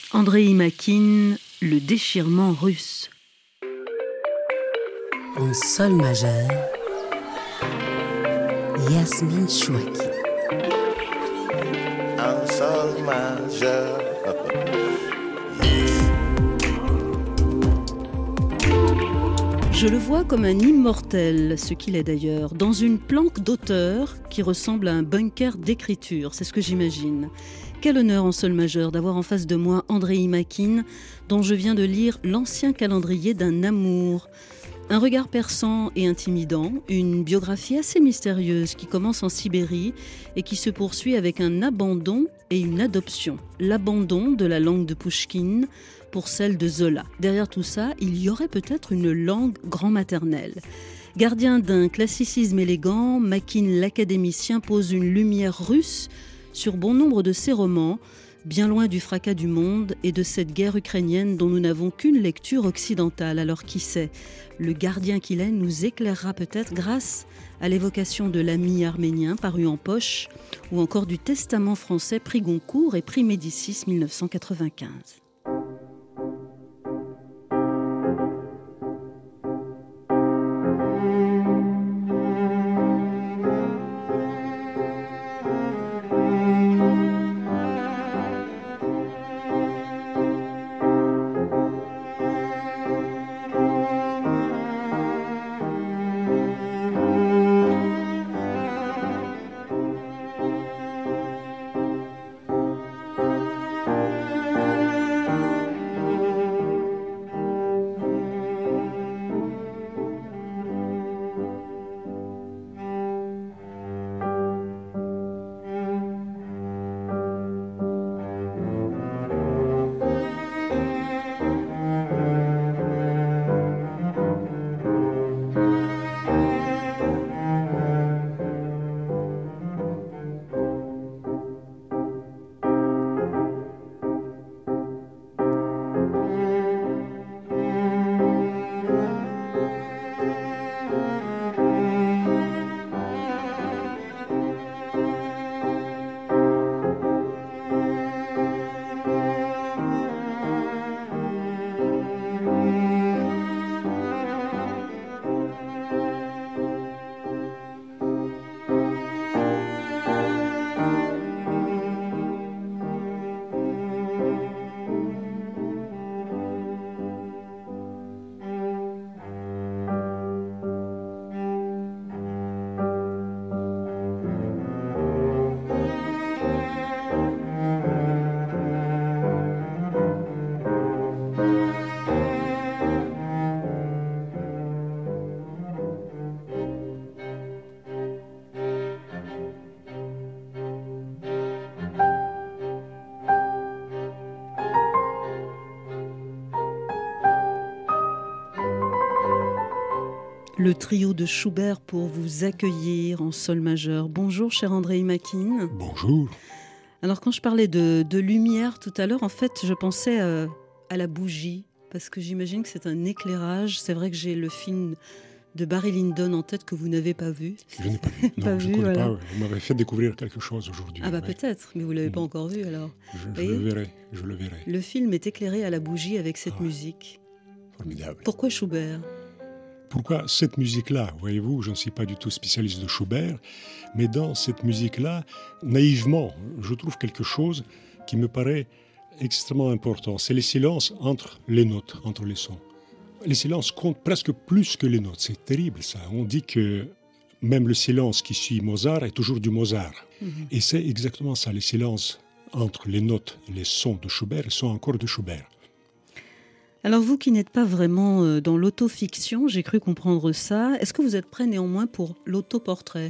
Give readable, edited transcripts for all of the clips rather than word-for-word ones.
Andreï Makine, le déchirement russe. En sol majeur, Yasmine Chouaki. En sol majeur. Je le vois comme un immortel, ce qu'il est d'ailleurs, dans une planque d'auteur qui ressemble à un bunker d'écriture, c'est ce que j'imagine. Quel honneur en sol majeur d'avoir en face de moi Andreï Makine, dont je viens de lire l'ancien calendrier d'un amour. Un regard perçant et intimidant, une biographie assez mystérieuse qui commence en Sibérie et qui se poursuit avec un abandon et une adoption. L'abandon de la langue de Pouchkine pour celle de Zola. Derrière tout ça, il y aurait peut-être une langue grand-maternelle. Gardien d'un classicisme élégant, Makine l'académicien pose une lumière russe sur bon nombre de ses romans, bien loin du fracas du monde et de cette guerre ukrainienne dont nous n'avons qu'une lecture occidentale. Alors qui sait, le gardien qu'il est nous éclairera peut-être grâce à l'évocation de l'ami arménien paru en poche ou encore du testament français prix Goncourt et prix Médicis 1995. Le trio de Schubert pour vous accueillir en sol majeur. Bonjour cher Andreï Makine. Bonjour. Alors quand je parlais de lumière tout à l'heure, en fait je pensais à la bougie, parce que j'imagine que c'est un éclairage. C'est vrai que j'ai le film de Barry Lyndon en tête que vous n'avez pas vu. Je n'ai pas vu. Non, je ne connais pas. Vous m'avez fait découvrir quelque chose aujourd'hui. Ah bah oui. Peut-être, mais vous ne l'avez pas encore vu alors. Je le verrai, je le verrai. Le film est éclairé à la bougie avec cette musique. Formidable. Pourquoi Schubert ? Pourquoi cette musique-là ? Voyez-vous, je ne suis pas du tout spécialiste de Schubert, mais dans cette musique-là, naïvement, je trouve quelque chose qui me paraît extrêmement important. C'est les silences entre les notes, entre les sons. Les silences comptent presque plus que les notes. C'est terrible, ça. On dit que même le silence qui suit Mozart est toujours du Mozart. Et c'est exactement ça. Les silences entre les notes et les sons de Schubert sont encore de Schubert. Alors vous qui n'êtes pas vraiment dans l'autofiction, j'ai cru comprendre ça, est-ce que vous êtes prêt néanmoins pour l'autoportrait ?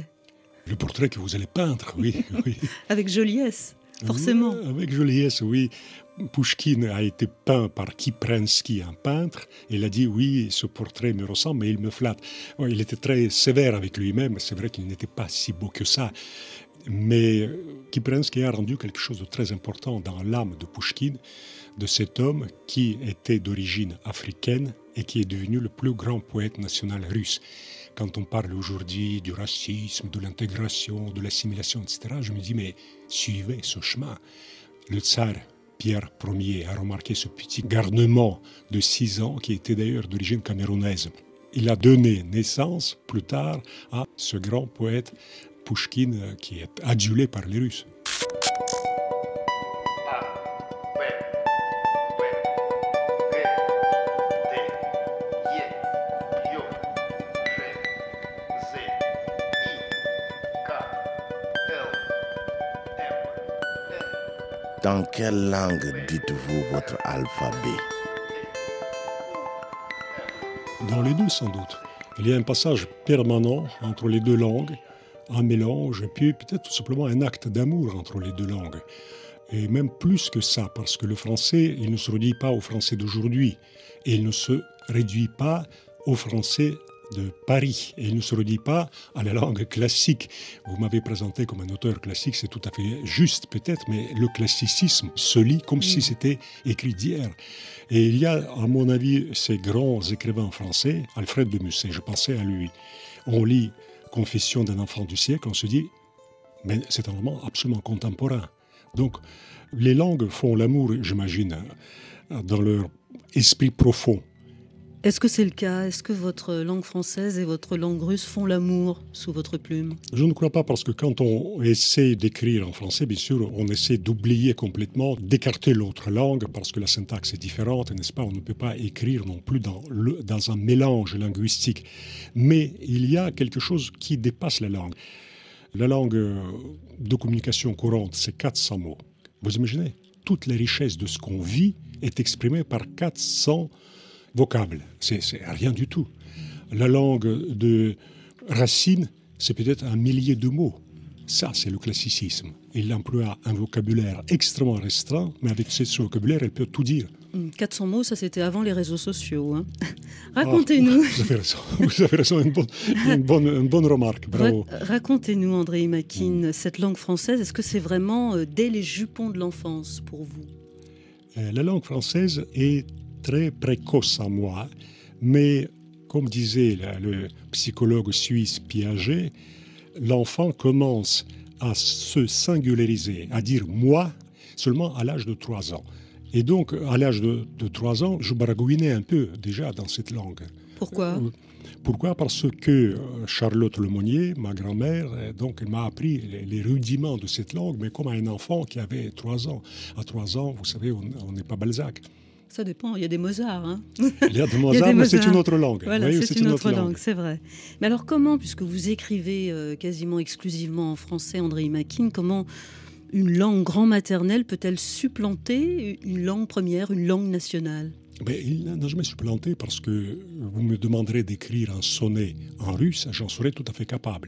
Le portrait que vous allez peindre, oui. oui. Avec joliesse, forcément. Oui, avec joliesse, oui. Pouchkine a été peint par Kiprensky, un peintre. Il a dit, oui, ce portrait me ressemble, mais il me flatte. Bon, il était très sévère avec lui-même, c'est vrai qu'il n'était pas si beau que ça. Mais Kiprensky a rendu quelque chose de très important dans l'âme de Pouchkine, de cet homme qui était d'origine africaine et qui est devenu le plus grand poète national russe. Quand on parle aujourd'hui du racisme, de l'intégration, de l'assimilation, etc., je me dis, mais suivez ce chemin. Le tsar Pierre Ier a remarqué ce petit garnement de 6 ans qui était d'ailleurs d'origine camerounaise. Il a donné naissance plus tard à ce grand poète Pouchkine qui est adulé par les Russes. Dans quelle langue dites-vous votre alphabet? Dans les deux, sans doute. Il y a un passage permanent entre les deux langues, un mélange, et puis peut-être tout simplement un acte d'amour entre les deux langues. Et même plus que ça, parce que le français, il ne se réduit pas au français d'aujourd'hui, et il ne se réduit pas au français de Paris, et il ne se réduit pas à la langue classique. Vous m'avez présenté comme un auteur classique, c'est tout à fait juste peut-être, mais le classicisme se lit comme si c'était écrit d'hier. Et il y a, à mon avis, ces grands écrivains français, Alfred de Musset, je pensais à lui. On lit Confession d'un enfant du siècle, on se dit, mais c'est un roman absolument contemporain. Donc, les langues font l'amour, j'imagine, dans leur esprit profond. Est-ce que c'est le cas? Est-ce que votre langue française et votre langue russe font l'amour sous votre plume? Je ne crois pas, parce que quand on essaie d'écrire en français, bien sûr, on essaie d'oublier complètement, d'écarter l'autre langue, parce que la syntaxe est différente, n'est-ce pas? On ne peut pas écrire non plus dans un mélange linguistique. Mais il y a quelque chose qui dépasse la langue. La langue de communication courante, c'est 400 mots. Vous imaginez? Toute la richesse de ce qu'on vit est exprimée par 400 vocables. C'est rien du tout. La langue de Racine, c'est peut-être 1 millier de mots. Ça, c'est le classicisme. Il emploie un vocabulaire extrêmement restreint, mais avec ce vocabulaire, elle peut tout dire. 400 mots, ça c'était avant les réseaux sociaux. Hein. Racontez-nous. Vous avez raison, une bonne remarque, bravo. Racontez-nous, Andrei Makin, cette langue française, est-ce que c'est vraiment dès les jupons de l'enfance pour vous? La langue française est très précoce en moi, mais comme disait le psychologue suisse Piaget, l'enfant commence à se singulariser, à dire « moi » seulement à l'âge de 3 ans. Et donc, à l'âge de 3 ans, je baragouinais un peu déjà dans cette langue. Pourquoi ? Pourquoi ? Parce que Charlotte Lemonnier, ma grand-mère, donc elle m'a appris les rudiments de cette langue, mais comme à un enfant qui avait 3 ans. À 3 ans, vous savez, on n'est pas Balzac. Ça dépend, il y a des Mozart. Hein. Il y a des Mozart, mais c'est une autre langue. Voilà, oui, c'est une autre langue, c'est vrai. Mais alors comment, puisque vous écrivez quasiment exclusivement en français, Andrei Makin, comment une langue grand maternelle peut-elle supplanter une langue première, une langue nationale ? Il n'a jamais supplanté, parce que vous me demanderez d'écrire un sonnet en russe, j'en serais tout à fait capable.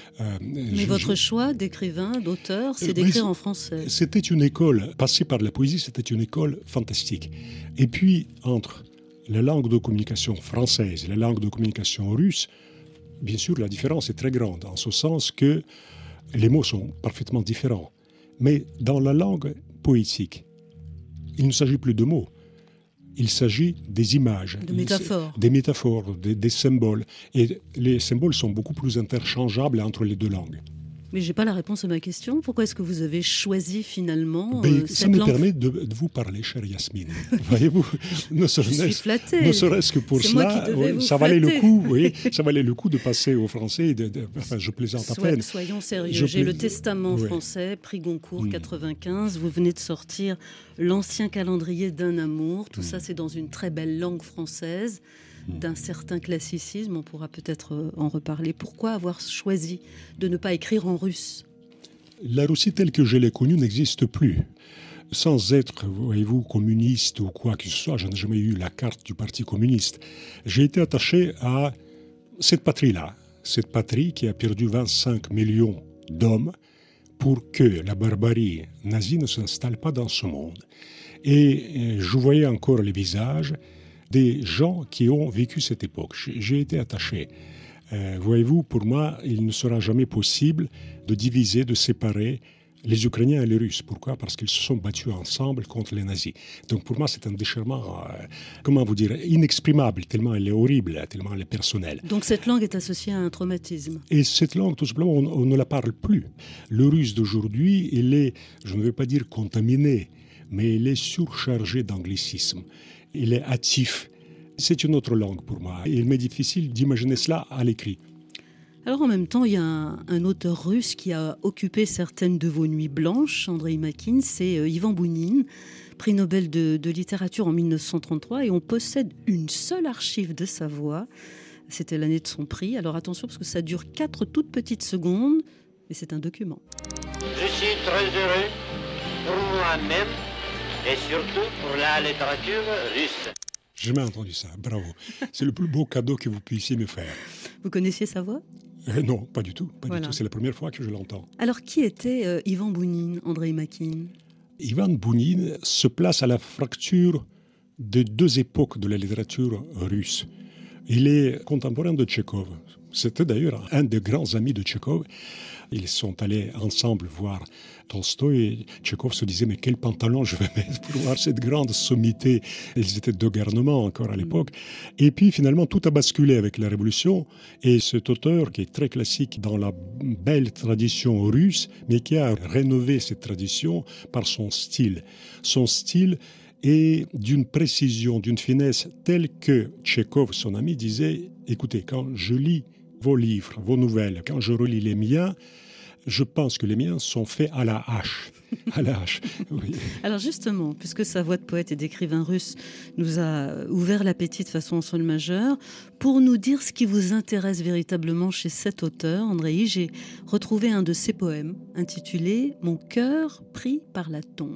Mais votre choix d'écrivain, d'auteur, c'est d'écrire en français. C'était une école, passer par la poésie, c'était une école fantastique. Et puis, entre la langue de communication française et la langue de communication russe, bien sûr, la différence est très grande, en ce sens que les mots sont parfaitement différents. Mais dans la langue poétique, il ne s'agit plus de mots. Il s'agit des images, des métaphores, des symboles. Et les symboles sont beaucoup plus interchangeables entre les deux langues. Mais je n'ai pas la réponse à ma question. Pourquoi est-ce que vous avez choisi finalement ça me permet de vous parler, chère Yasmine. Voyez-vous, je suis flattée. Ne serait-ce que pour cela, ça valait le coup. Oui, ça valait le coup de passer au français. Enfin, je plaisante à peine. Soyons sérieux. J'ai le Testament français, prix Goncourt 95. Vous venez de sortir l'Ancien calendrier d'un amour. Tout ça, c'est dans une très belle langue française, d'un certain classicisme. On pourra peut-être en reparler. Pourquoi avoir choisi de ne pas écrire en russe ? La Russie telle que je l'ai connue n'existe plus. Sans être, voyez-vous, communiste ou quoi que ce soit, je n'ai jamais eu la carte du Parti communiste. J'ai été attaché à cette patrie-là, cette patrie qui a perdu 25 millions d'hommes pour que la barbarie nazie ne s'installe pas dans ce monde. Et je voyais encore les visages des gens qui ont vécu cette époque. J'ai été attaché. Voyez-vous, pour moi, il ne sera jamais possible de diviser, de séparer les Ukrainiens et les Russes. Pourquoi ? Parce qu'ils se sont battus ensemble contre les nazis. Donc pour moi, c'est un déchirement, comment vous dire, inexprimable, tellement elle est horrible, tellement elle est personnelle. Donc cette langue est associée à un traumatisme. Et cette langue, tout simplement, on ne la parle plus. Le russe d'aujourd'hui, il est, je ne veux pas dire contaminé, mais il est surchargé d'anglicisme. Il est hâtif. C'est une autre langue pour moi. Il m'est difficile d'imaginer cela à l'écrit. Alors en même temps, il y a un auteur russe qui a occupé certaines de vos nuits blanches, Andreï Makine, c'est Ivan Bounine, prix Nobel de littérature en 1933, et on possède une seule archive de sa voix. C'était l'année de son prix. Alors attention, parce que ça dure 4 toutes petites secondes, mais c'est un document. Je suis très heureux pour moi-même et surtout pour la littérature russe. J'ai jamais entendu ça, bravo. C'est le plus beau cadeau que vous puissiez me faire. Vous connaissiez sa voix ? Non, pas du tout. Pas Voilà. du tout. C'est la première fois que je l'entends. Alors qui était Ivan Bounine, Andreï Makine ? Ivan Bounine se place à la fracture de 2 époques de la littérature russe. Il est contemporain de Tchekhov. C'était d'ailleurs un des grands amis de Tchekhov. Ils sont allés ensemble voir Tolstoï et Tchekhov se disait mais quel pantalon je vais mettre pour voir cette grande sommité. Ils étaient de garnement encore à l'époque. Et puis finalement tout a basculé avec la Révolution et cet auteur qui est très classique dans la belle tradition russe mais qui a rénové cette tradition par son style. Son style est d'une précision, d'une finesse telle que Tchekhov, son ami, disait « Écoutez, quand je lis vos livres, vos nouvelles, quand je relis les miens, je pense que les miens sont faits à la hache. » À la hache, oui. Alors justement, puisque sa voix de poète et d'écrivain russe nous a ouvert l'appétit de façon en sol majeur, pour nous dire ce qui vous intéresse véritablement chez cet auteur, Andreï, j'ai retrouvé un de ses poèmes intitulé « Mon cœur pris par la tombe ».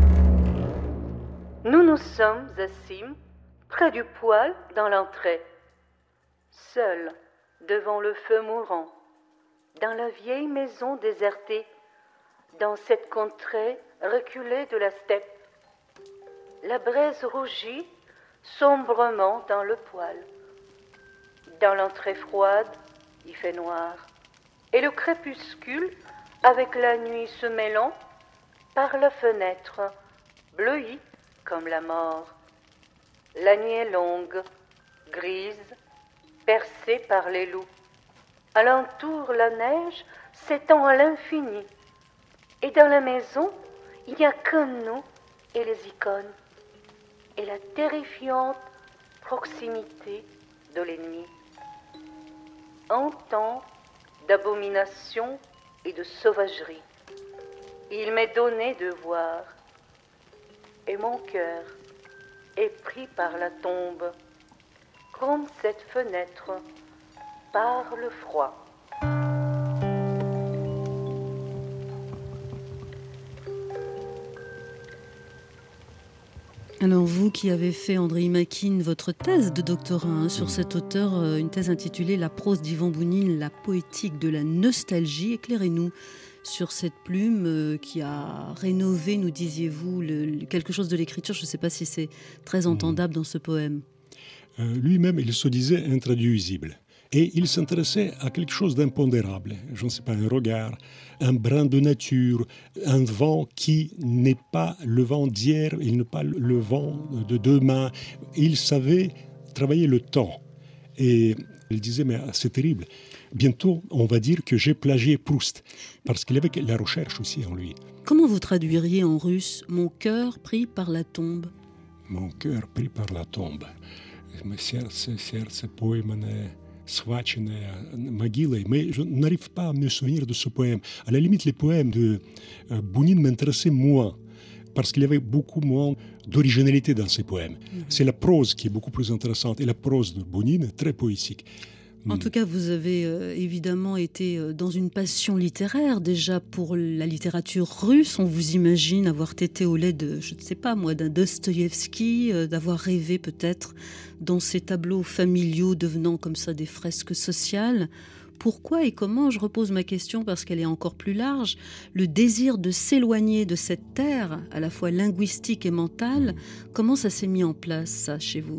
Nous nous sommes assis près du poêle dans l'entrée, seuls devant le feu mourant, dans la vieille maison désertée, dans cette contrée reculée de la steppe. La braise rougit sombrement dans le poêle. Dans l'entrée froide, il fait noir, et le crépuscule, avec la nuit se mêlant, par la fenêtre, bleuit comme la mort. La nuit est longue, grise, percée par les loups. Alentour, la neige s'étend à l'infini. Et dans la maison, il n'y a que nous et les icônes, et la terrifiante proximité de l'ennemi. En temps d'abomination et de sauvagerie, il m'est donné de voir, et mon cœur est pris par la tombe, comme cette fenêtre par le froid. Alors vous qui avez fait, Andreï Makine, votre thèse de doctorat sur cet auteur, une thèse intitulée « La prose d'Ivan Bounine, la poétique de la nostalgie », éclairez-nous sur cette plume qui a rénové, nous disiez-vous, quelque chose de l'écriture. Je ne sais pas si c'est très entendable dans ce poème. Lui-même, il se disait intraduisible. Et il s'intéressait à quelque chose d'impondérable. Je ne sais pas, un regard, un brin de nature, un vent qui n'est pas le vent d'hier, il n'est pas le vent de demain. Il savait travailler le temps. Et il disait, mais c'est terrible. Bientôt, on va dire que j'ai plagié Proust, parce qu'il avait la recherche aussi en lui. Comment vous traduiriez en russe « Mon cœur pris par la tombe » ? Mon cœur pris par la tombe. Сердце пойманное, схваченное могилой. Mais je n'arrive pas à me souvenir de ce poème. À la limite, les poèmes de Bounine m'intéressaient moins, parce qu'il y avait beaucoup moins d'originalité dans ces poèmes. C'est la prose qui est beaucoup plus intéressante, et la prose de Bounine est très poétique. En tout cas, vous avez évidemment été dans une passion littéraire déjà pour la littérature russe. On vous imagine avoir tété au lait de, je ne sais pas moi, d'un Dostoïevski, d'avoir rêvé peut-être dans ces tableaux familiaux devenant comme ça des fresques sociales. Pourquoi et comment, je repose ma question parce qu'elle est encore plus large, le désir de s'éloigner de cette terre, à la fois linguistique et mentale, comment ça s'est mis en place, ça, chez vous ?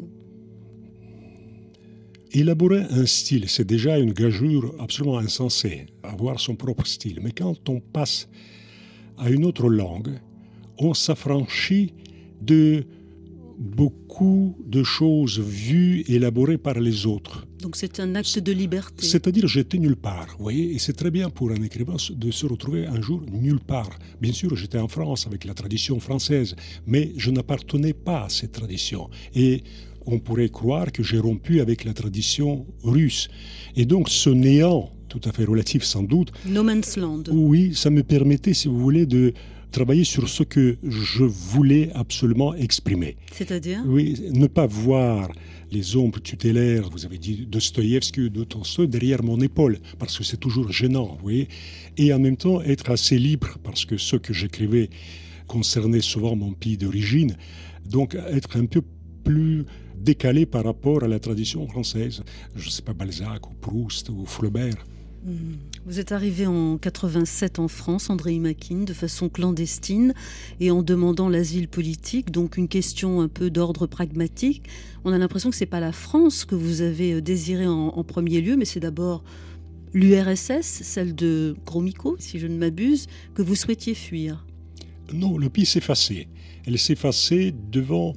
Élaborer un style, c'est déjà une gageure absolument insensée, avoir son propre style. Mais quand on passe à une autre langue, on s'affranchit de beaucoup de choses vues, élaborées par les autres. Donc c'est un acte de liberté. C'est-à-dire j'étais nulle part, vous voyez, et c'est très bien pour un écrivain de se retrouver un jour nulle part. Bien sûr, j'étais en France avec la tradition française, mais je n'appartenais pas à cette tradition. Et on pourrait croire que j'ai rompu avec la tradition russe. Et donc ce néant, tout à fait relatif sans doute, No Man's Land. oui, ça me permettait, si vous voulez, de travailler sur ce que je voulais absolument exprimer. C'est-à-dire ? Oui, ne pas voir les ombres tutélaires, vous avez dit Dostoïevski ou de Tolstoï, derrière mon épaule, parce que c'est toujours gênant, vous voyez. Et en même temps, être assez libre, parce que ce que j'écrivais concernait souvent mon pays d'origine, donc être un peu plus décalé par rapport à la tradition française. Je ne sais pas, Balzac ou Proust ou Flaubert. Vous êtes arrivé en 87 en France, André Makin, de façon clandestine et en demandant l'asile politique, donc une question un peu d'ordre pragmatique. On a l'impression que ce n'est pas la France que vous avez désiré en premier lieu, mais c'est d'abord l'URSS, celle de Gromyko, si je ne m'abuse, que vous souhaitiez fuir. Non, le pays s'est effacé. Elle s'est effacée devant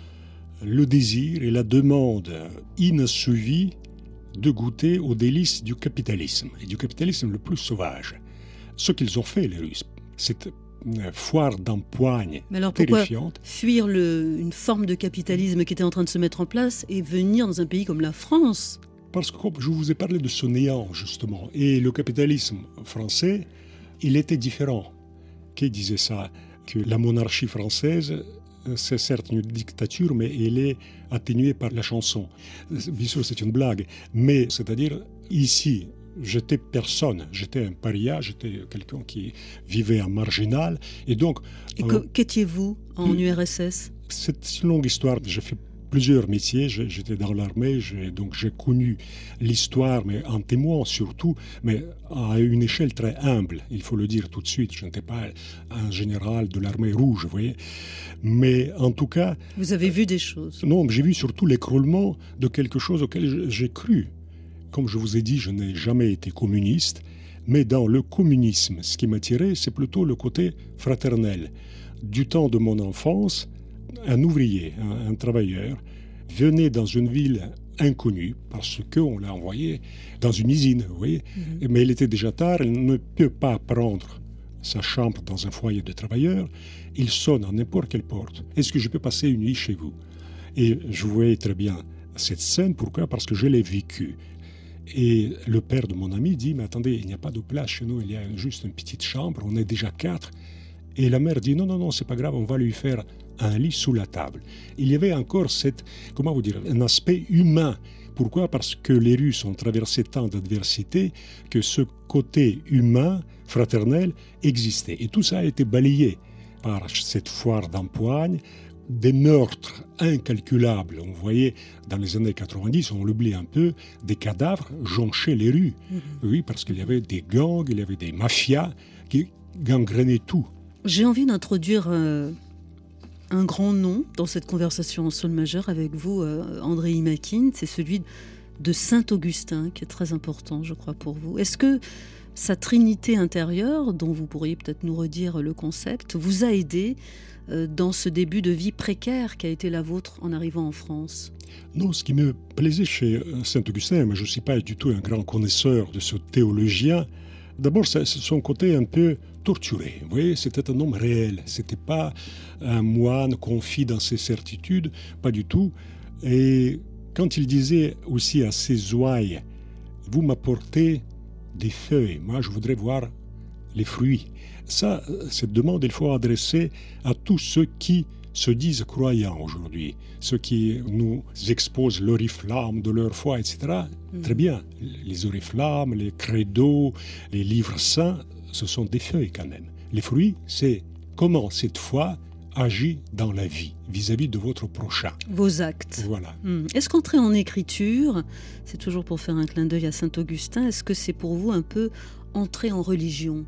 le désir et la demande inassouvie de goûter aux délices du capitalisme, et du capitalisme le plus sauvage. Ce qu'ils ont fait, les Russes, cette foire d'empoigne Mais alors pourquoi terrifiante. Fuir une forme de capitalisme qui était en train de se mettre en place et venir dans un pays comme la France? Parce que je vous ai parlé de ce néant, justement, et le capitalisme français, il était différent. Qui disait ça? Que la monarchie française, c'est certes une dictature, mais elle est atténuée par la chanson. Bien sûr, c'est une blague, mais c'est-à-dire, ici, j'étais personne, j'étais un paria, j'étais quelqu'un qui vivait en marginal, et donc... Et qu'étiez-vous en URSS? C'est une longue histoire, j'ai fait plusieurs métiers, j'étais dans l'armée, donc j'ai connu l'histoire, mais en témoin surtout, mais à une échelle très humble, il faut le dire tout de suite. Je n'étais pas un général de l'armée rouge, vous voyez. Mais en tout cas... Vous avez vu des choses? Non, j'ai vu surtout l'écroulement de quelque chose auquel j'ai cru. Comme je vous ai dit, je n'ai jamais été communiste, mais dans le communisme, ce qui m'attirait, c'est plutôt le côté fraternel. Du temps de mon enfance, un ouvrier, un travailleur, venait dans une ville inconnue parce qu'on l'a envoyé dans une usine, vous voyez. Mais il était déjà tard, il ne peut pas prendre sa chambre dans un foyer de travailleurs. Il sonne à n'importe quelle porte. Est-ce que je peux passer une nuit chez vous? Et je voyais très bien cette scène. Pourquoi? Parce que je l'ai vécue. Et le père de mon ami dit, mais attendez, il n'y a pas de place chez nous, il y a juste une petite chambre, on est déjà 4. Et la mère dit, non, c'est pas grave, on va lui faire un lit sous la table. Il y avait encore un aspect humain. Pourquoi? Parce que les Russes ont traversé tant d'adversités que ce côté humain, fraternel, existait. Et tout ça a été balayé par cette foire d'empoigne, des meurtres incalculables. On voyait dans les années 90, on l'oublie un peu, des cadavres jonchaient les rues. Oui, parce qu'il y avait des gangs, il y avait des mafias qui gangrénaient tout. J'ai envie d'introduire un grand nom dans cette conversation en sol majeur avec vous, André Makin. C'est celui de Saint-Augustin, qui est très important, je crois, pour vous. Est-ce que sa trinité intérieure, dont vous pourriez peut-être nous redire le concept, vous a aidé dans ce début de vie précaire qui a été la vôtre en arrivant en France? Non, ce qui me plaisait chez Saint-Augustin, mais je ne suis pas du tout un grand connaisseur de ce théologien, d'abord, c'est son côté un peu torturé. Vous voyez, c'était un homme réel. Ce n'était pas un moine confit dans ses certitudes, pas du tout. Et quand il disait aussi à ses ouailles, « Vous m'apportez des feuilles, moi je voudrais voir les fruits ». Ça, cette demande, il faut adresser à tous ceux qui se disent croyants aujourd'hui, ceux qui nous exposent l'oriflamme de leur foi, etc. Très bien, les oriflammes, les credos, les livres saints, ce sont des feuilles quand même. Les fruits, c'est comment cette foi agit dans la vie, vis-à-vis de votre prochain. Vos actes. Voilà. Est-ce qu'entrer en écriture, c'est toujours pour faire un clin d'œil à Saint-Augustin, est-ce que c'est pour vous un peu entrer en religion?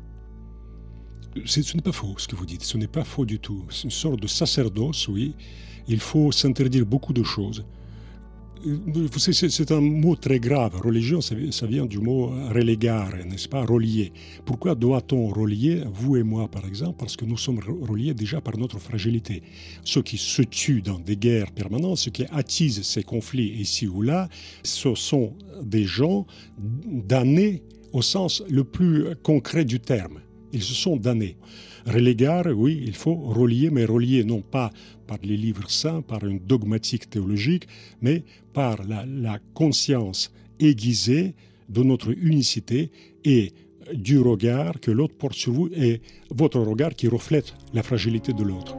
Ce n'est pas faux ce que vous dites, ce n'est pas faux du tout. C'est une sorte de sacerdoce, oui. Il faut s'interdire beaucoup de choses. C'est un mot très grave. Religion, ça vient du mot relegare, n'est-ce pas? Relier. Pourquoi doit-on relier, vous et moi par exemple? Parce que nous sommes reliés déjà par notre fragilité. Ceux qui se tuent dans des guerres permanentes, ceux qui attisent ces conflits ici ou là, ce sont des gens damnés au sens le plus concret du terme. Ils se sont damnés. Relegare, oui, il faut relier, mais relier non pas par les livres saints, par une dogmatique théologique, mais par la conscience aiguisée de notre unicité et du regard que l'autre porte sur vous et votre regard qui reflète la fragilité de l'autre.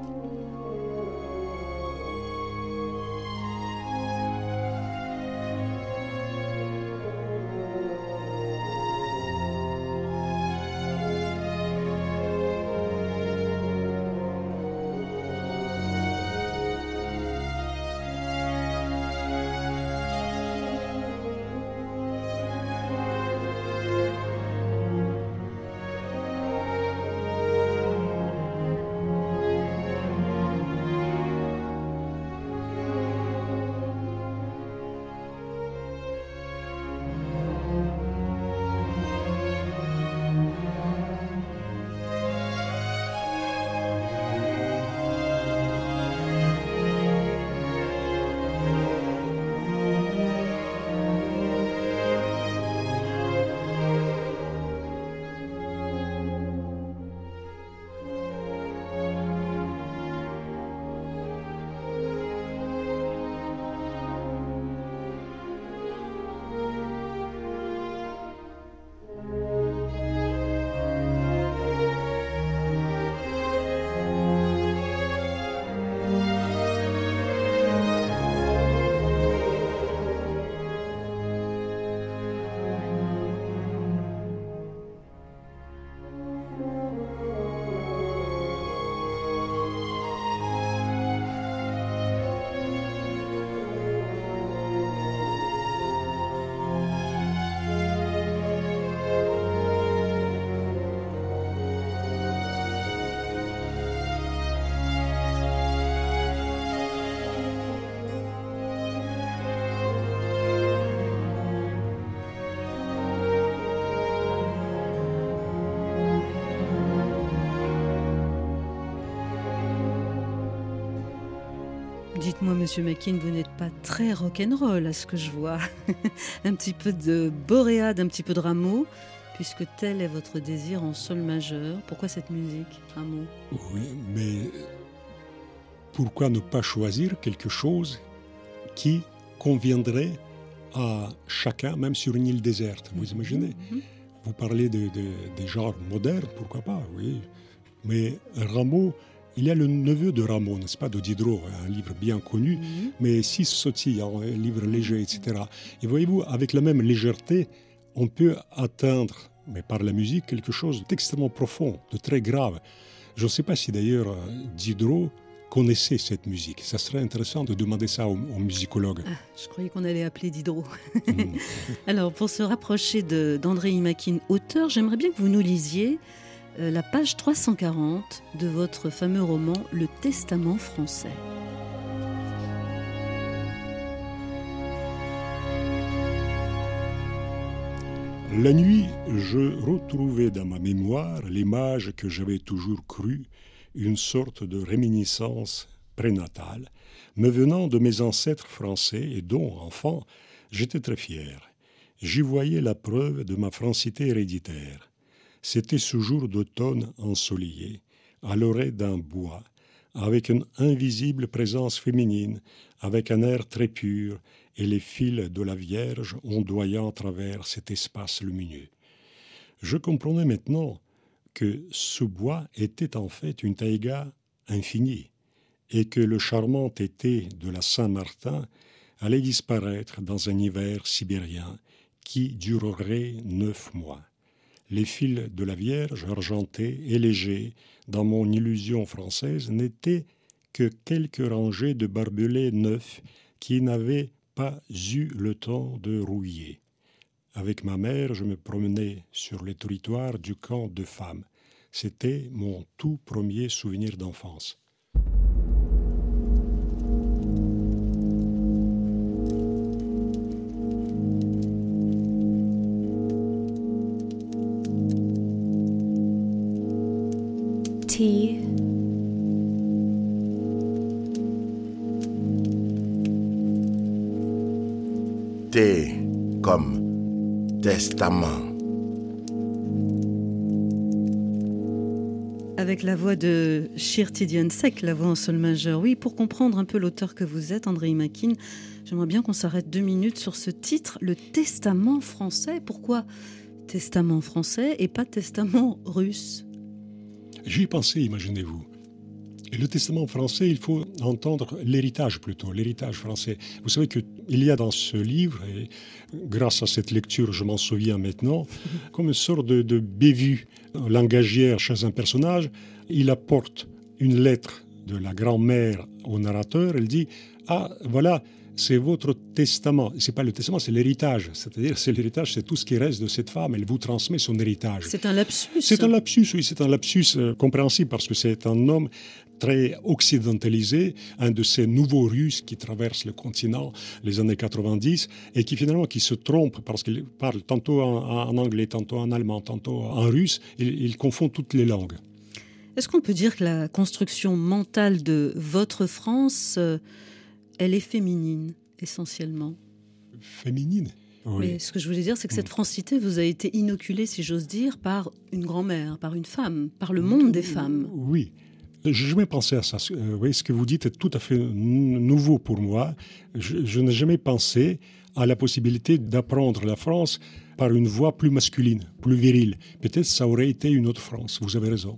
Dites-moi, Monsieur Makin, vous n'êtes pas très rock'n'roll à ce que je vois. Un petit peu de Boréade, un petit peu de Rameau, puisque tel est votre désir en sol majeur. Pourquoi cette musique, Rameau? Oui, mais pourquoi ne pas choisir quelque chose qui conviendrait à chacun, même sur une île déserte? Vous imaginez? Vous parlez des genres modernes, pourquoi pas, oui. Mais Rameau, il y a le neveu de Rameau, n'est-ce pas, de Diderot, un livre bien connu, mais Six sautillants, un livre léger, etc. Et voyez-vous, avec la même légèreté, on peut atteindre, mais par la musique, quelque chose d'extrêmement profond, de très grave. Je ne sais pas si d'ailleurs Diderot connaissait cette musique. Ça serait intéressant de demander ça aux musicologues. Ah, je croyais qu'on allait appeler Diderot. Alors, pour se rapprocher d'André Makin, auteur, j'aimerais bien que vous nous lisiez la page 340 de votre fameux roman « Le Testament français ». La nuit, je retrouvais dans ma mémoire l'image que j'avais toujours crue, une sorte de réminiscence prénatale, me venant de mes ancêtres français et dont, enfant, j'étais très fier. J'y voyais la preuve de ma francité héréditaire. C'était ce jour d'automne ensoleillé, à l'orée d'un bois, avec une invisible présence féminine, avec un air très pur et les fils de la Vierge ondoyant à travers cet espace lumineux. Je comprenais maintenant que ce bois était en fait une taïga infinie et que le charmant été de la Saint-Martin allait disparaître dans un hiver sibérien qui durerait 9 mois. Les fils de la Vierge, argentés et légers, dans mon illusion française, n'étaient que quelques rangées de barbelés neufs qui n'avaient pas eu le temps de rouiller. Avec ma mère, je me promenais sur les territoires du camp de femmes. C'était mon tout premier souvenir d'enfance. était comme testament. Avec la voix de Shir Tidiane Seck, la voix en sol majeur. Oui, pour comprendre un peu l'auteur que vous êtes, André Imakine, j'aimerais bien qu'on s'arrête 2 minutes sur ce titre, le Testament français. Pourquoi Testament français et pas Testament russe? J'y ai pensé, imaginez-vous. Et le testament français, il faut entendre l'héritage plutôt, l'héritage français. Vous savez qu'il y a dans ce livre, et grâce à cette lecture, je m'en souviens maintenant, comme une sorte de bévue langagière chez un personnage. Il apporte une lettre de la grand-mère au narrateur. Elle dit « Ah, voilà, c'est votre testament. » C'est pas le testament, c'est l'héritage. C'est-à-dire, c'est l'héritage, c'est tout ce qui reste de cette femme. Elle vous transmet son héritage. C'est un lapsus. C'est un lapsus, oui, c'est un lapsus compréhensible parce que c'est un homme très occidentalisé, un de ces nouveaux Russes qui traversent le continent les années 90 et qui se trompe parce qu'il parle tantôt en anglais, tantôt en allemand, tantôt en russe. Il confond toutes les langues. Est-ce qu'on peut dire que la construction mentale de votre France, elle est féminine, essentiellement? Féminine? Oui. Mais ce que je voulais dire, c'est que cette francité vous a été inoculée, si j'ose dire, par une grand-mère, par une femme, par le monde des femmes. Oui. Je n'ai jamais pensé à ça. Oui, ce que vous dites est tout à fait nouveau pour moi. Je n'ai jamais pensé à la possibilité d'apprendre la France par une voix plus masculine, plus virile. Peut-être ça aurait été une autre France. Vous avez raison.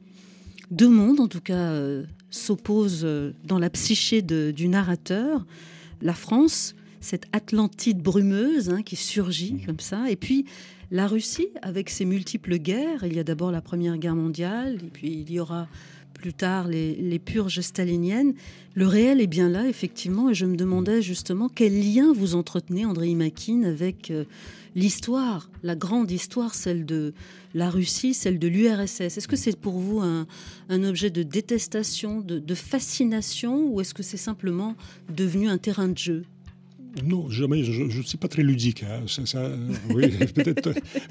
2 mondes, en tout cas, s'opposent dans la psyché du narrateur. La France, cette Atlantide brumeuse qui surgit comme ça, et puis la Russie, avec ses multiples guerres. Il y a d'abord la Première Guerre mondiale, et puis il y aura plus tard les purges staliniennes. Le réel est bien là, effectivement, et je me demandais justement quel lien vous entretenez, André Imakine, avec l'histoire, la grande histoire, celle de la Russie, celle de l'URSS. Est-ce que c'est pour vous un objet de détestation, de fascination, ou est-ce que c'est simplement devenu un terrain de jeu? Non, jamais. Je ne suis pas très ludique. Oui, peut-être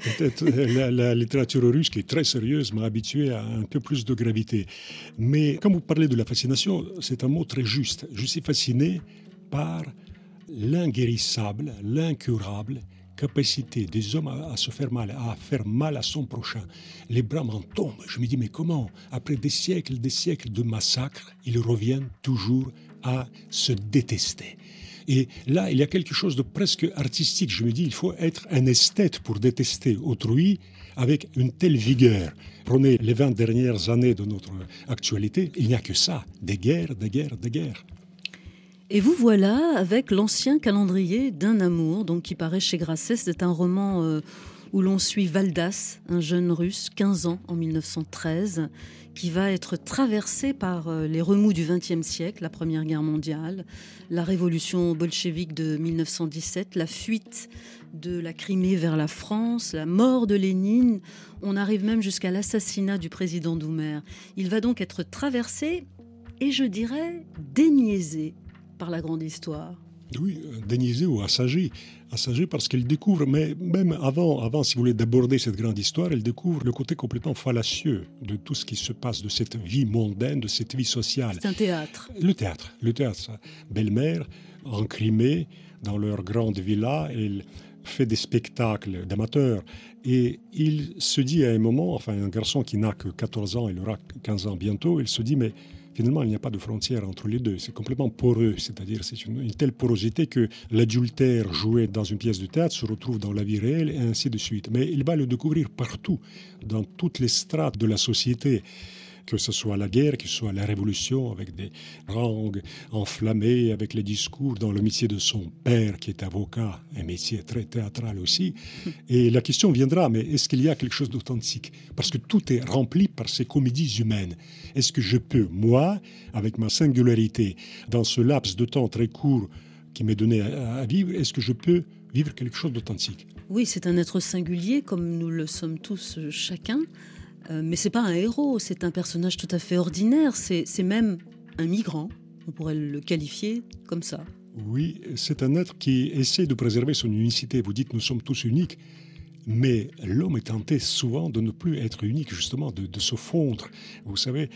la littérature russe, qui est très sérieuse, m'a habitué à un peu plus de gravité. Mais quand vous parlez de la fascination, c'est un mot très juste. Je suis fasciné par l'inguérissable, l'incurable capacité des hommes à se faire mal, à faire mal à son prochain. Les bras m'en tombent. Je me dis, mais comment, après des siècles de massacres, ils reviennent toujours à se détester? Et là, il y a quelque chose de presque artistique. Je me dis, il faut être un esthète pour détester autrui avec une telle vigueur. Prenez les 20 dernières années de notre actualité, il n'y a que ça. Des guerres, des guerres, des guerres. Et vous voilà avec l'ancien calendrier d'un amour, donc qui paraît chez Grasset. C'est un roman où l'on suit Valdas, un jeune russe, 15 ans en 1913, qui va être traversé par les remous du XXe siècle, la Première Guerre mondiale, la révolution bolchevique de 1917, la fuite de la Crimée vers la France, la mort de Lénine. On arrive même jusqu'à l'assassinat du président Doumer. Il va donc être traversé et, je dirais, déniaisé par la grande histoire. Oui, déniaisé ou assagé. Assagé parce qu'elle découvre, mais même avant, si vous voulez, d'aborder cette grande histoire, elle découvre le côté complètement fallacieux de tout ce qui se passe, de cette vie mondaine, de cette vie sociale. C'est un théâtre. Le théâtre, ça. Belle-mère, en Crimée, dans leur grande villa, elle fait des spectacles d'amateurs. Et il se dit à un moment, enfin un garçon qui n'a que 14 ans, il aura 15 ans bientôt, il se dit, mais finalement, il n'y a pas de frontière entre les deux. C'est complètement poreux. C'est-à-dire, c'est une telle porosité que l'adultère joué dans une pièce de théâtre se retrouve dans la vie réelle et ainsi de suite. Mais il va le découvrir partout, dans toutes les strates de la société. Que ce soit la guerre, que ce soit la révolution, avec des harangues enflammées, avec les discours dans le métier de son père, qui est avocat, un métier très théâtral aussi. Et la question viendra, mais est-ce qu'il y a quelque chose d'authentique? Parce que tout est rempli par ces comédies humaines. Est-ce que je peux, moi, avec ma singularité, dans ce laps de temps très court qui m'est donné à vivre, est-ce que je peux vivre quelque chose d'authentique? Oui, c'est un être singulier, comme nous le sommes tous chacun. Mais c'est pas un héros, c'est un personnage tout à fait ordinaire, c'est même un migrant, on pourrait le qualifier comme ça. Oui, c'est un être qui essaie de préserver son unicité. Vous dites nous sommes tous uniques, mais l'homme est tenté souvent de ne plus être unique, justement, de se fondre. Vous savez,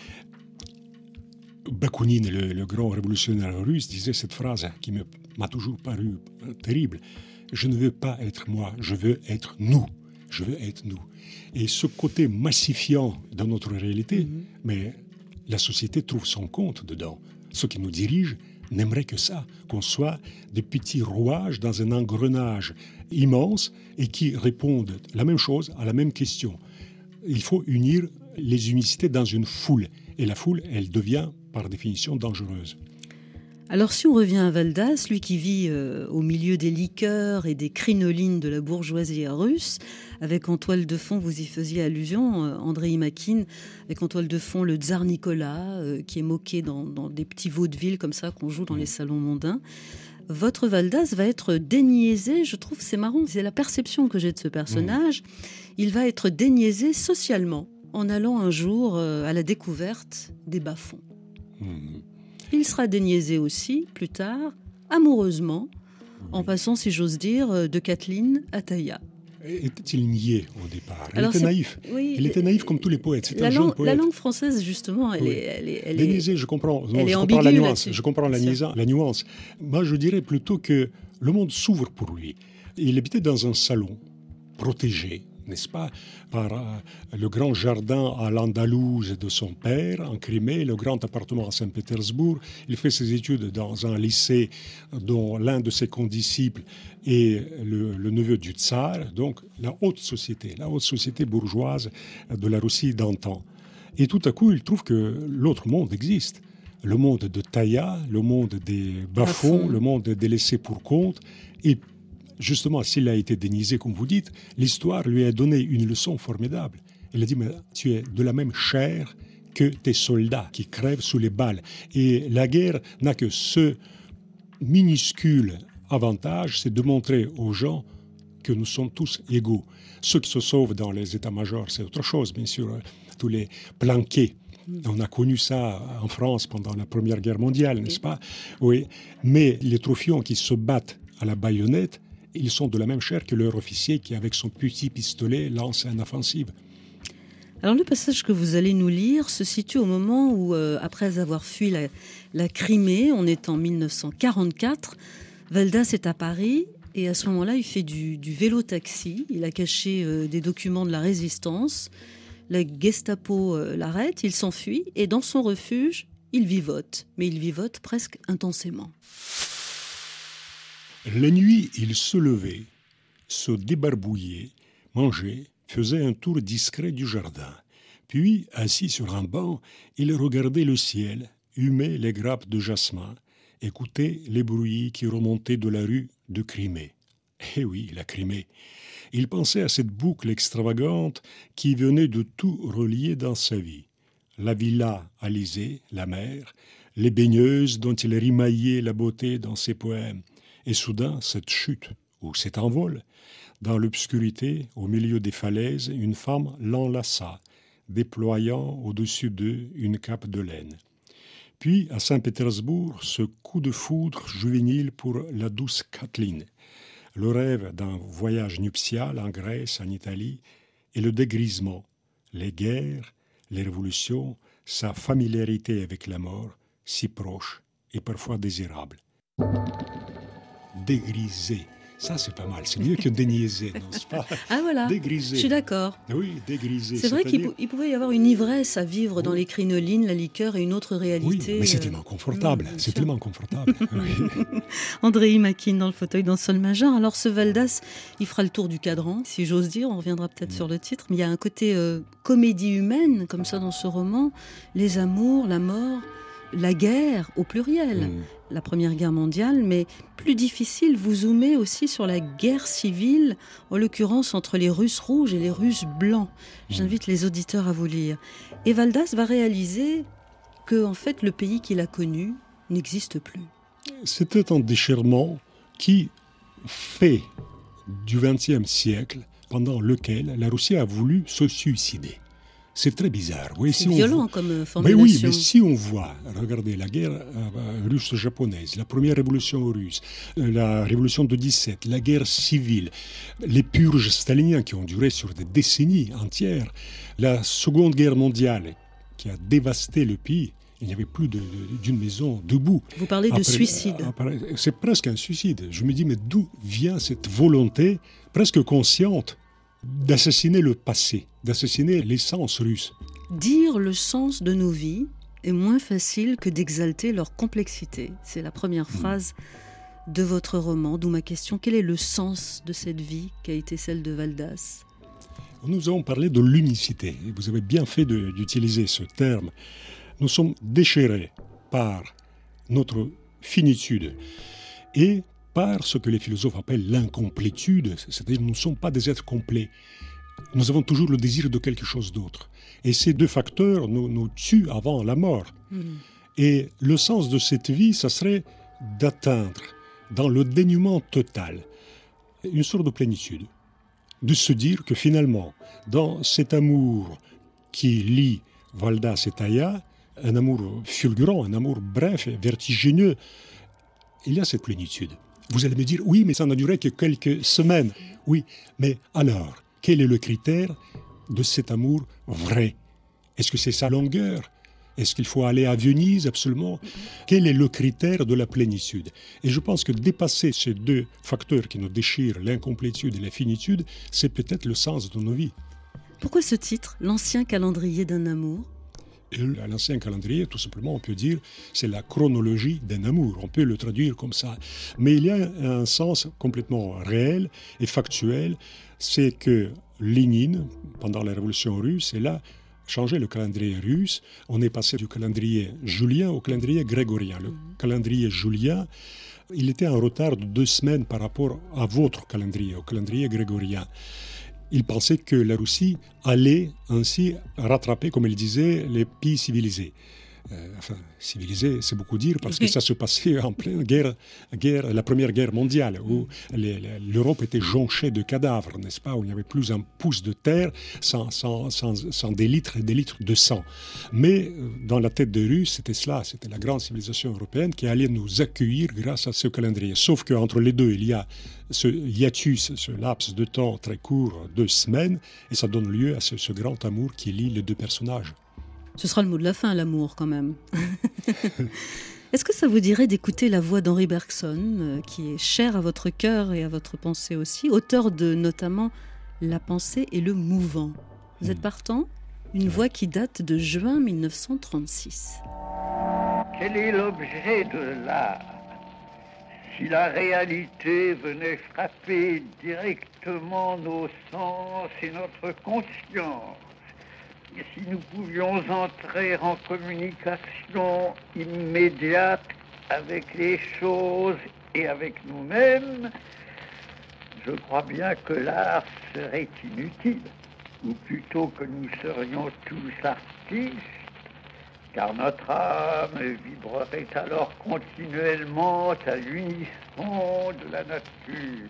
Bakounine, le grand révolutionnaire russe, disait cette phrase qui m'a toujours paru terrible. Je ne veux pas être moi, je veux être nous. Je veux être nous. Et ce côté massifiant dans notre réalité, mais la société trouve son compte dedans. Ceux qui nous dirigent n'aimeraient que ça, qu'on soit des petits rouages dans un engrenage immense et qui répondent la même chose à la même question. Il faut unir les unicités dans une foule. Et la foule, elle devient, par définition, dangereuse. Alors si on revient à Valdas, lui qui vit au milieu des liqueurs et des crinolines de la bourgeoisie russe, avec en toile de fond, vous y faisiez allusion, Andreï Makine, avec en toile de fond le tsar Nicolas, qui est moqué dans des petits vaudevilles comme ça qu'on joue dans les salons mondains. Votre Valdas va être déniaisé, je trouve c'est marrant, c'est la perception que j'ai de ce personnage, il va être déniaisé socialement en allant un jour à la découverte des bas-fonds. Il sera déniaisé aussi, plus tard, amoureusement, en passant, si j'ose dire, de Kathleen à Taïa. Était-il niais au départ? Alors, il était naïf. Oui, il était naïf comme tous les poètes. C'est un jeune poète. La langue française, justement, elle est déniaisé, je comprends. Elle est je ambiguë comprends la nuance. là-dessus. Je comprends la nuance. Moi, je dirais plutôt que le monde s'ouvre pour lui. Il habitait dans un salon protégé, n'est-ce pas, par le grand jardin à l'Andalouse de son père, en Crimée, le grand appartement à Saint-Pétersbourg. Il fait ses études dans un lycée dont l'un de ses condisciples est le neveu du tsar, donc la haute société bourgeoise de la Russie d'antan. Et tout à coup, il trouve que l'autre monde existe. Le monde de Taïa, le monde des bas-fonds, le monde des laissés pour compte. Et justement, s'il a été déniaisé, comme vous dites, l'histoire lui a donné une leçon formidable. Elle a dit, mais tu es de la même chair que tes soldats qui crèvent sous les balles. Et la guerre n'a que ce minuscule avantage, c'est de montrer aux gens que nous sommes tous égaux. Ceux qui se sauvent dans les états-majors, c'est autre chose, bien sûr, tous les planqués. On a connu ça en France pendant la Première Guerre mondiale, n'est-ce pas? Oui. Mais les trophions qui se battent à la baïonnette, ils sont de la même chair que leur officier qui, avec son petit pistolet, lance une offensive. Alors le passage que vous allez nous lire se situe au moment où, après avoir fui la Crimée, on est en 1944, Valdas est à Paris et à ce moment-là, il fait du vélo-taxi. Il a caché des documents de la résistance. La Gestapo l'arrête, il s'enfuit et dans son refuge, il vivote. Mais il vivote presque intensément. La nuit, il se levait, se débarbouillait, mangeait, faisait un tour discret du jardin. Puis, assis sur un banc, il regardait le ciel, humait les grappes de jasmin, écoutait les bruits qui remontaient de la rue de Crimée. Eh oui, la Crimée. Il pensait à cette boucle extravagante qui venait de tout relier dans sa vie. La villa Alizée, la mer, les baigneuses dont il rimaillait la beauté dans ses poèmes. Et soudain, cette chute, ou cet envol. Dans l'obscurité, au milieu des falaises, une femme l'enlaça, déployant au-dessus d'eux une cape de laine. Puis, à Saint-Pétersbourg, ce coup de foudre juvénile pour la douce Kathleen, le rêve d'un voyage nuptial en Grèce, en Italie, et le dégrisement, les guerres, les révolutions, sa familiarité avec la mort, si proche et parfois désirable. Dégriser, ça c'est pas mal, c'est mieux que déniaiser, n'est-ce pas? Ah voilà, dégriser. Je suis d'accord. Oui, dégriser. C'est vrai qu'il pouvait y avoir une ivresse à vivre dans les crinolines, la liqueur et une autre réalité. Oui, mais c'est tellement confortable, c'est tellement confortable. Oui. Andreï Makine dans le fauteuil dans sol majeur. Alors ce Valdas, il fera le tour du cadran, si j'ose dire, on reviendra peut-être sur le titre, mais il y a un côté comédie humaine, comme ça dans ce roman, les amours, la mort, la guerre au pluriel. La Première Guerre mondiale, mais plus difficile, vous zoomez aussi sur la guerre civile, en l'occurrence entre les Russes rouges et les Russes blancs. J'invite les auditeurs à vous lire. Et Valdas va réaliser que, en fait, le pays qu'il a connu n'existe plus. C'était un déchirement qui fait du XXe siècle, pendant lequel la Russie a voulu se suicider. C'est très bizarre. Oui, c'est violent comme formulation. Mais oui, mais si on voit, regardez, la guerre russo-japonaise, la première révolution russe, la révolution de 17, la guerre civile, les purges staliniennes qui ont duré sur des décennies entières, la Seconde Guerre mondiale qui a dévasté le pays, Il n'y avait plus d'une maison debout. Vous parlez de suicide. C'est presque un suicide. Je me dis, mais d'où vient cette volonté presque consciente d'assassiner le passé, d'assassiner l'essence russe? Dire le sens de nos vies est moins facile que d'exalter leur complexité. C'est la première phrase de votre roman, d'où ma question. Quel est le sens de cette vie qui a été celle de Valdas? Nous avons parlé de l'unicité. Vous avez bien fait d'utiliser ce terme. Nous sommes déchirés par notre finitude et par ce que les philosophes appellent l'incomplétude, c'est-à-dire que nous ne sommes pas des êtres complets. Nous avons toujours le désir de quelque chose d'autre. Et ces deux facteurs nous tuent avant la mort. Et le sens de cette vie, ça serait d'atteindre, dans le dénuement total, une sorte de plénitude. De se dire que finalement, dans cet amour qui lie Valdas et Taïa, un amour fulgurant, un amour bref et vertigineux, il y a cette plénitude. Vous allez me dire, oui, mais ça n'a duré que quelques semaines. Oui, mais alors, quel est le critère de cet amour vrai? Est-ce que c'est sa longueur? Est-ce qu'il faut aller à Venise absolument? Quel est le critère de la plénitude? Et je pense que dépasser ces deux facteurs qui nous déchirent, l'incomplétude et la finitude, c'est peut-être le sens de nos vies. Pourquoi ce titre, L'ancien calendrier d'un amour? L'ancien calendrier, tout simplement, on peut dire, c'est la chronologie d'un amour. On peut le traduire comme ça. Mais il y a un sens complètement réel et factuel. C'est que Lénine, pendant la Révolution russe, il a changé le calendrier russe. On est passé du calendrier julien au calendrier grégorien. Le calendrier julien, il était en retard de 2 semaines par rapport à votre calendrier, au calendrier grégorien. Il pensait que la Russie allait ainsi rattraper, comme il disait, les pays civilisés. Civilisés, c'est beaucoup dire, parce que ça se passait en pleine guerre, la Première Guerre mondiale, où l'Europe était jonchée de cadavres, n'est-ce pas, où il n'y avait plus un pouce de terre sans des litres et des litres de sang. Mais dans la tête des Russes, c'était cela, c'était la grande civilisation européenne qui allait nous accueillir grâce à ce calendrier. Sauf qu'entre les deux, il y a ce hiatus, ce laps de temps très court, 2 semaines, et ça donne lieu à ce grand amour qui lie les deux personnages. Ce sera le mot de la fin, l'amour, quand même. Est-ce que ça vous dirait d'écouter la voix d'Henri Bergson, qui est chère à votre cœur et à votre pensée aussi, auteur de notamment La pensée et le mouvant? Vous êtes partant? Une voix qui date de juin 1936. Quel est l'objet de l'art? Si la réalité venait frapper directement nos sens et notre conscience, et si nous pouvions entrer en communication immédiate avec les choses et avec nous-mêmes, je crois bien que l'art serait inutile, ou plutôt que nous serions tous artistes, car notre âme vibrerait alors continuellement à l'unisson de la nature.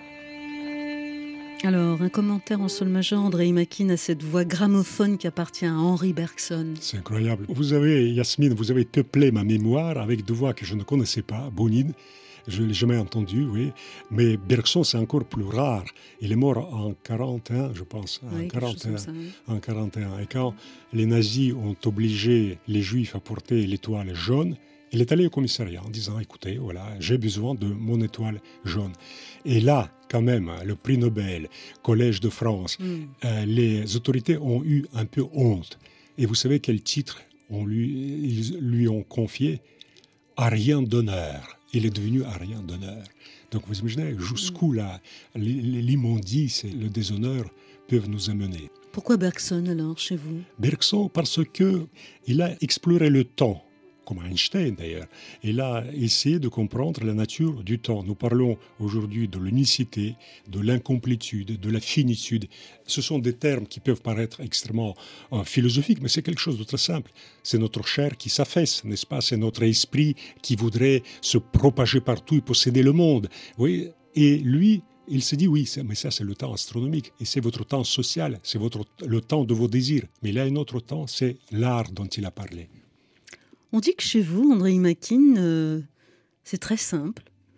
Alors, un commentaire en sol majeur, Andrei Makin, à cette voix gramophone qui appartient à Henri Bergson. C'est incroyable. Vous avez, Yasmine, vous avez peuplé ma mémoire avec 2 voix que je ne connaissais pas. Bonin, je ne l'ai jamais entendu, oui. Mais Bergson, c'est encore plus rare. Il est mort en 41, je pense. Oui, En 41. Et quand les nazis ont obligé les Juifs à porter l'étoile jaune, il est allé au commissariat en disant, écoutez, voilà, j'ai besoin de mon étoile jaune. Et là, quand même, le prix Nobel, Collège de France, les autorités ont eu un peu honte. Et vous savez quel titre ils lui ont confié? Arien d'honneur. Il est devenu Arien d'honneur. Donc vous imaginez jusqu'où l'immondice et le déshonneur peuvent nous amener. Pourquoi Bergson alors, chez vous? Bergson, parce qu'il a exploré le temps, comme Einstein d'ailleurs. Il a essayé de comprendre la nature du temps. Nous parlons aujourd'hui de l'unicité, de l'incomplétude, de la finitude. Ce sont des termes qui peuvent paraître extrêmement philosophiques, mais c'est quelque chose de très simple. C'est notre chair qui s'affaisse, n'est-ce pas? C'est notre esprit qui voudrait se propager partout et posséder le monde. Oui. Et lui, il s'est dit, oui, mais ça c'est le temps astronomique, et c'est votre temps social, c'est le temps de vos désirs. Mais il y a un autre temps, c'est l'art dont il a parlé. On dit que chez vous, Andrei Makin, c'est très simple.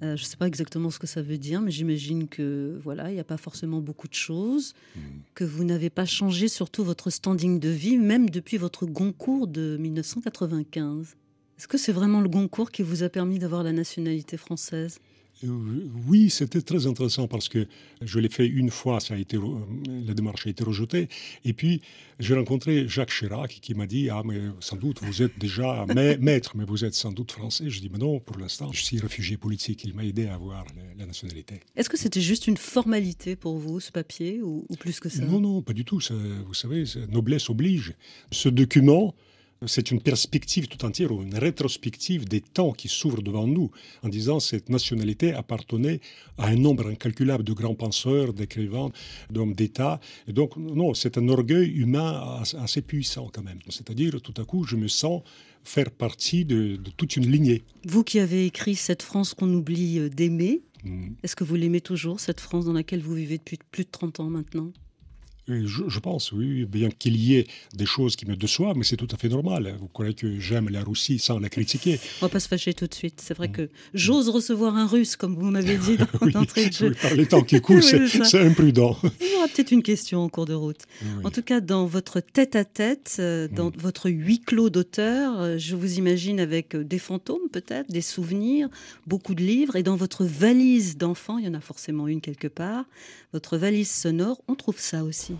Je ne sais pas exactement ce que ça veut dire, mais j'imagine que voilà, il n'y a pas forcément beaucoup de choses, que vous n'avez pas changé surtout votre standing de vie, même depuis votre Goncourt de 1995. Est-ce que c'est vraiment le Goncourt qui vous a permis d'avoir la nationalité française ? Oui, c'était très intéressant parce que je l'ai fait une fois, la démarche a été rejetée. Et puis, j'ai rencontré Jacques Chirac qui m'a dit « Ah, mais sans doute, vous êtes déjà maître, mais vous êtes sans doute français. » Je dis « Mais non, pour l'instant, je suis réfugié politique. » Il m'a aidé à avoir la nationalité. Est-ce que c'était juste une formalité pour vous, ce papier, ou plus que ça ? Non, pas du tout. Vous savez, noblesse oblige. Ce document... C'est une perspective tout entière, ou une rétrospective des temps qui s'ouvrent devant nous, en disant que cette nationalité appartenait à un nombre incalculable de grands penseurs, d'écrivains, d'hommes d'État. Et donc, non, c'est un orgueil humain assez puissant quand même. C'est-à-dire, tout à coup, je me sens faire partie de toute une lignée. Vous qui avez écrit cette France qu'on oublie d'aimer, est-ce que vous l'aimez toujours, cette France dans laquelle vous vivez depuis plus de 30 ans maintenant ? Je pense, oui, bien qu'il y ait des choses qui me déçoivent, mais c'est tout à fait normal. Vous croyez que j'aime la Russie sans la critiquer ? On ne va pas se fâcher tout de suite. C'est vrai que j'ose recevoir un Russe, comme vous m'avez dit d'entrée de jeu. Oui, par les temps qui courent, c'est imprudent. Il y aura peut-être une question en cours de route. Oui. En tout cas, dans votre tête-à-tête, dans votre huis clos d'auteur, je vous imagine avec des fantômes peut-être, des souvenirs, beaucoup de livres. Et dans votre valise d'enfant, il y en a forcément une quelque part, votre valise sonore, on trouve ça aussi.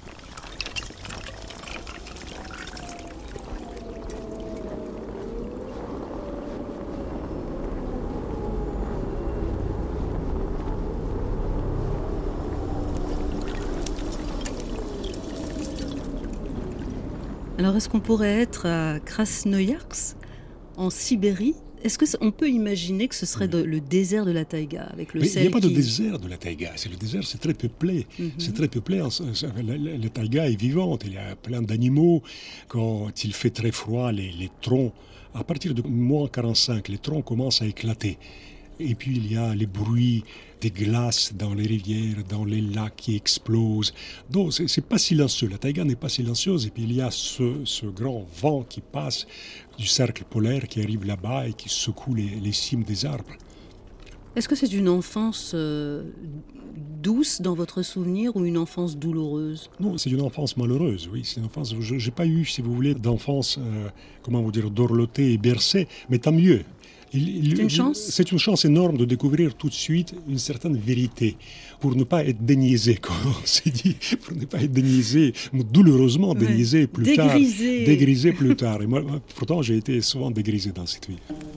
Alors, est-ce qu'on pourrait être à Krasnoïarsk, en Sibérie ? Est-ce qu'on peut imaginer que ce serait le désert de la taïga avec le sel? Il n'y a pas de désert de la taïga. Le désert, c'est très peuplé. C'est très peuplé. La taïga est vivante. Il y a plein d'animaux. Quand il fait très froid, les troncs, à partir de moins 45, les troncs commencent à éclater. Et puis il y a les bruits des glaces dans les rivières, dans les lacs qui explosent. Donc c'est pas silencieux, la taïga n'est pas silencieuse. Et puis il y a ce grand vent qui passe du cercle polaire qui arrive là-bas et qui secoue les cimes des arbres. Est-ce que c'est une enfance douce dans votre souvenir ou une enfance douloureuse ? Non, c'est une enfance malheureuse, oui. C'est une enfance, je n'ai pas eu, si vous voulez, d'enfance, dorlotée et bercée, mais tant mieux. C'est une chance ? C'est une chance énorme de découvrir tout de suite une certaine vérité, pour ne pas être déniaisé, comme on s'est dit, pour ne pas être déniaisé, douloureusement déniaisé plus tard. Dégrisé plus tard. Et moi, pourtant, j'ai été souvent dégrisé dans cette vie.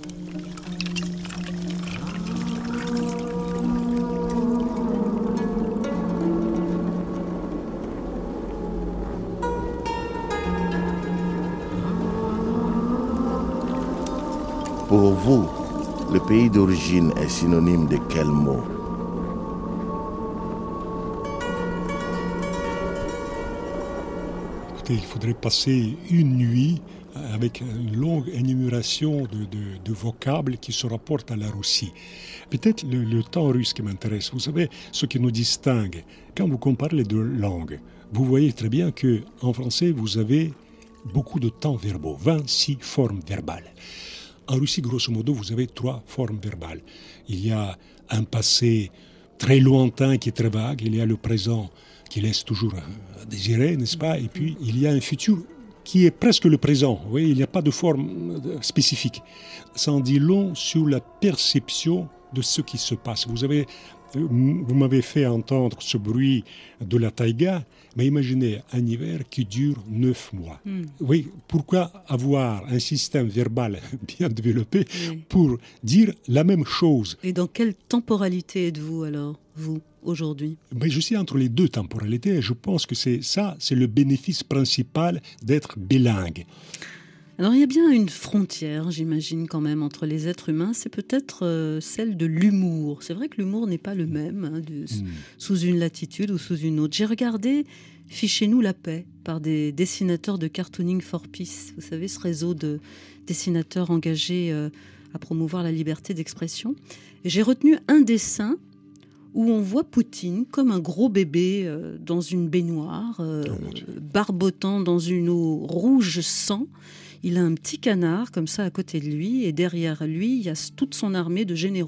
Pour vous, le pays d'origine est synonyme de quel mot ? Écoutez, il faudrait passer une nuit avec une longue énumération de vocables qui se rapportent à la Russie. Peut-être le temps russe qui m'intéresse. Vous savez, ce qui nous distingue, quand vous comparez les deux langues, vous voyez très bien qu'en français, vous avez beaucoup de temps verbaux, 26 formes verbales. En Russie, grosso modo, vous avez 3 formes verbales. Il y a un passé très lointain qui est très vague, il y a le présent qui laisse toujours à désirer, n'est-ce pas ? Et puis, il y a un futur qui est presque le présent. Vous voyez, il n'y a pas de forme spécifique. Ça en dit long sur la perception de ce qui se passe. Vous m'avez fait entendre ce bruit de la taïga, mais imaginez un hiver qui dure 9 mois. Oui, pourquoi avoir un système verbal bien développé pour dire la même chose ? Et dans quelle temporalité êtes-vous alors, vous, aujourd'hui ? Je suis entre les deux temporalités et je pense que c'est le bénéfice principal d'être bilingue. Alors il y a bien une frontière, j'imagine quand même, entre les êtres humains, c'est peut-être celle de l'humour. C'est vrai que l'humour n'est pas le même, sous une latitude ou sous une autre. J'ai regardé Fichez-nous la paix par des dessinateurs de Cartooning for Peace. Vous savez, ce réseau de dessinateurs engagés à promouvoir la liberté d'expression. Et j'ai retenu un dessin où on voit Poutine comme un gros bébé dans une baignoire, barbotant dans une eau rouge sang. Il a un petit canard comme ça à côté de lui et derrière lui, il y a toute son armée de généraux.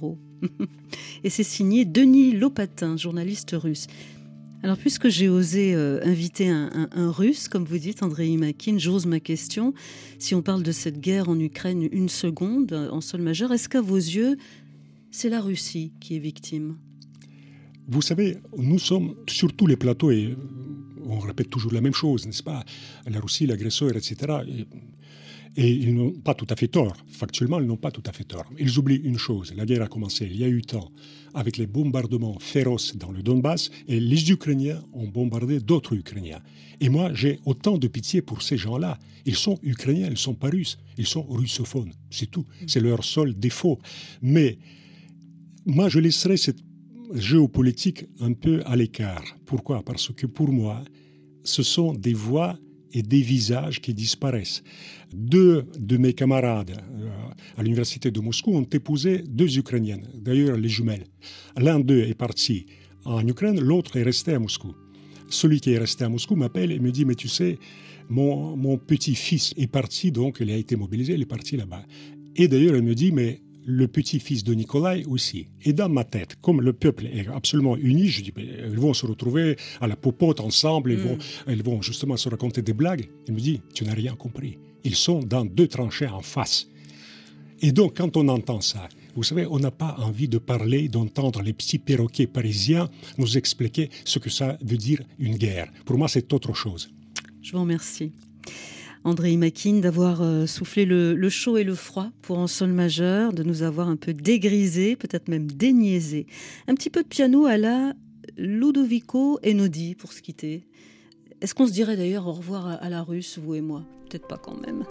Et c'est signé Denis Lopatin, journaliste russe. Alors, puisque j'ai osé inviter un Russe, comme vous dites, Andreï Makine, j'ose ma question. Si on parle de cette guerre en Ukraine une seconde, en sol majeur, est-ce qu'à vos yeux, c'est la Russie qui est victime ? Vous savez, nous sommes sur tous les plateaux et on répète toujours la même chose, n'est-ce pas ? La Russie, l'agresseur, etc. Et ils n'ont pas tout à fait tort. Factuellement, ils n'ont pas tout à fait tort. Ils oublient une chose. La guerre a commencé il y a 8 ans avec les bombardements féroces dans le Donbass et les Ukrainiens ont bombardé d'autres Ukrainiens. Et moi, j'ai autant de pitié pour ces gens-là. Ils sont Ukrainiens, ils ne sont pas Russes. Ils sont russophones. C'est tout. C'est leur seul défaut. Mais moi, je laisserai cette géopolitique un peu à l'écart. Pourquoi ? Parce que pour moi, ce sont des voix et des visages qui disparaissent. 2 de mes camarades à l'université de Moscou ont épousé 2 Ukrainiennes, d'ailleurs les jumelles. L'un d'eux est parti en Ukraine, l'autre est resté à Moscou. Celui qui est resté à Moscou m'appelle et me dit « Mais tu sais, mon petit-fils est parti, donc il a été mobilisé, il est parti là-bas. » Et d'ailleurs, il me dit « Mais le petit-fils de Nikolai aussi. » Et dans ma tête, comme le peuple est absolument uni, je dis, ils vont se retrouver à la popote ensemble, ils vont justement se raconter des blagues. Il me dit, tu n'as rien compris. Ils sont dans 2 tranchées en face. Et donc, quand on entend ça, vous savez, on n'a pas envie de parler, d'entendre les petits perroquets parisiens nous expliquer ce que ça veut dire une guerre. Pour moi, c'est autre chose. Je vous remercie. Andreï Makine, d'avoir soufflé le chaud et le froid pour En sol majeur, de nous avoir un peu dégrisé, peut-être même déniaisé. Un petit peu de piano à la Ludovico Einaudi pour se quitter. Est-ce qu'on se dirait d'ailleurs au revoir à la russe, vous et moi ? Peut-être pas quand même.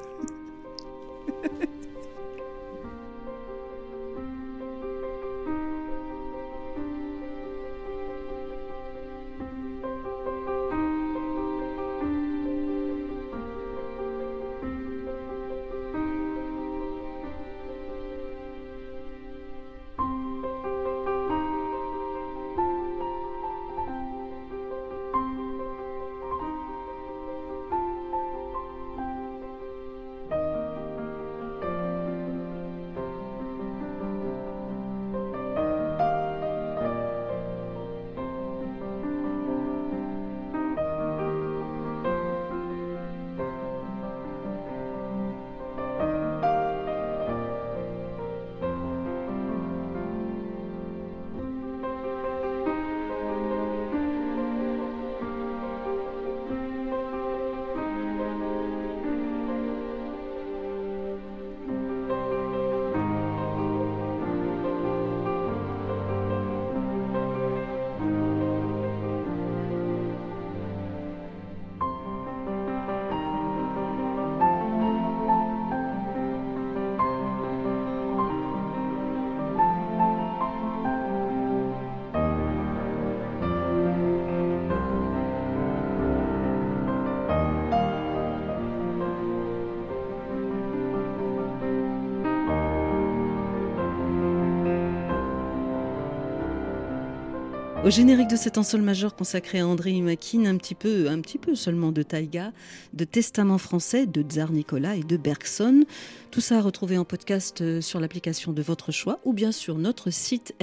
Au générique de cet En sol majeur consacré à Andreï Makine, un petit peu seulement de taïga, de testament français, de Tsar Nicolas et de Bergson. Tout ça à retrouver en podcast sur l'application de votre choix ou bien sur notre site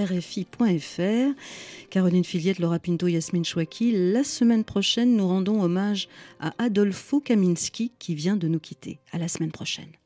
rfi.fr. Caroline Filiette, Laura Pinto, Yasmine Chouaki. La semaine prochaine, nous rendons hommage à Adolfo Kaminski qui vient de nous quitter. À la semaine prochaine.